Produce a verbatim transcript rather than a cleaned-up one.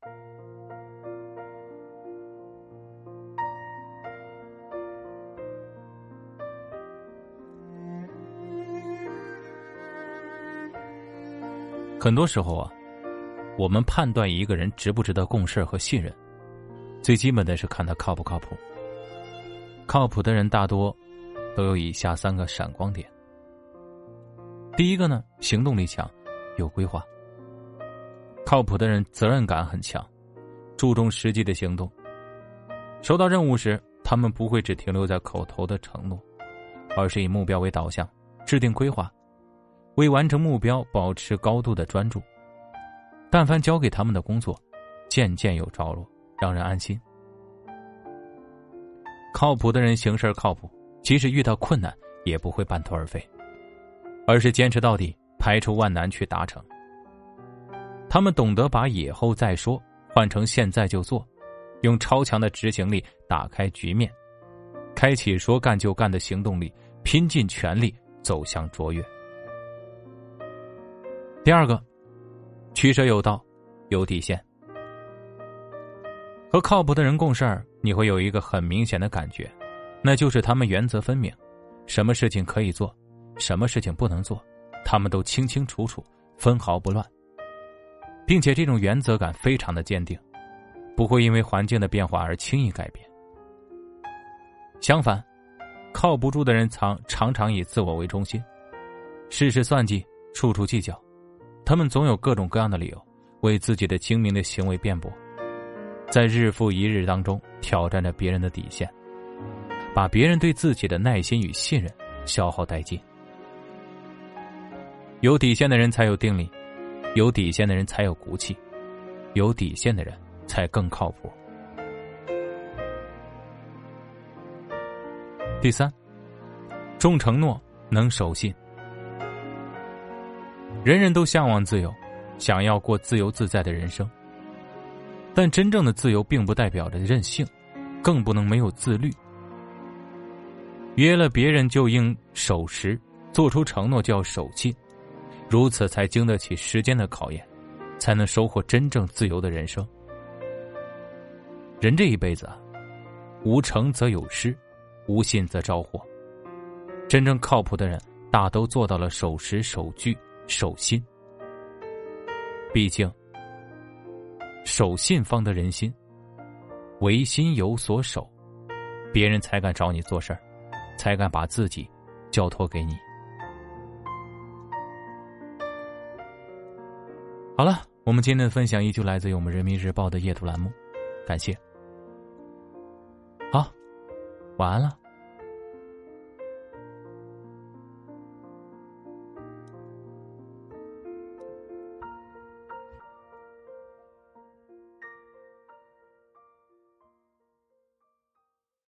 很多时候啊，我们判断一个人值不值得共事和信任，最基本的是看他靠不靠谱。靠谱的人大多都有以下三个闪光点。第一个呢，行动力强，有规划。靠谱的人责任感很强，注重实际的行动。收到任务时，他们不会只停留在口头的承诺，而是以目标为导向，制定规划，为完成目标保持高度的专注。但凡交给他们的工作，件件有着落，让人安心。靠谱的人行事靠谱，即使遇到困难也不会半途而废，而是坚持到底，排除万难去达成。他们懂得把以后再说换成现在就做，用超强的执行力打开局面，开启说干就干的行动力，拼尽全力走向卓越。第二个，取舍有道，有底线。和靠谱的人共事，你会有一个很明显的感觉，那就是他们原则分明，什么事情可以做，什么事情不能做，他们都清清楚楚，分毫不乱，并且这种原则感非常的坚定，不会因为环境的变化而轻易改变。相反，靠不住的人常常常以自我为中心，事事算计，处处计较，他们总有各种各样的理由为自己的精明的行为辩驳，在日复一日当中挑战着别人的底线，把别人对自己的耐心与信任消耗殆尽。有底线的人才有定力，有底线的人才有骨气，有底线的人才更靠谱。第三，重承诺，能守信。人人都向往自由，想要过自由自在的人生，但真正的自由并不代表着任性，更不能没有自律。约了别人就应守时，做出承诺就要守信，如此才经得起时间的考验，才能收获真正自由的人生。人这一辈子啊，无诚则有失，无信则招祸。真正靠谱的人大都做到了守时、守据、守信。毕竟守信方得人心，唯心有所守，别人才敢找你做事儿，才敢把自己交托给你。好了，我们今天的分享依旧来自于我们人民日报的夜读栏目，感谢。好，晚安了。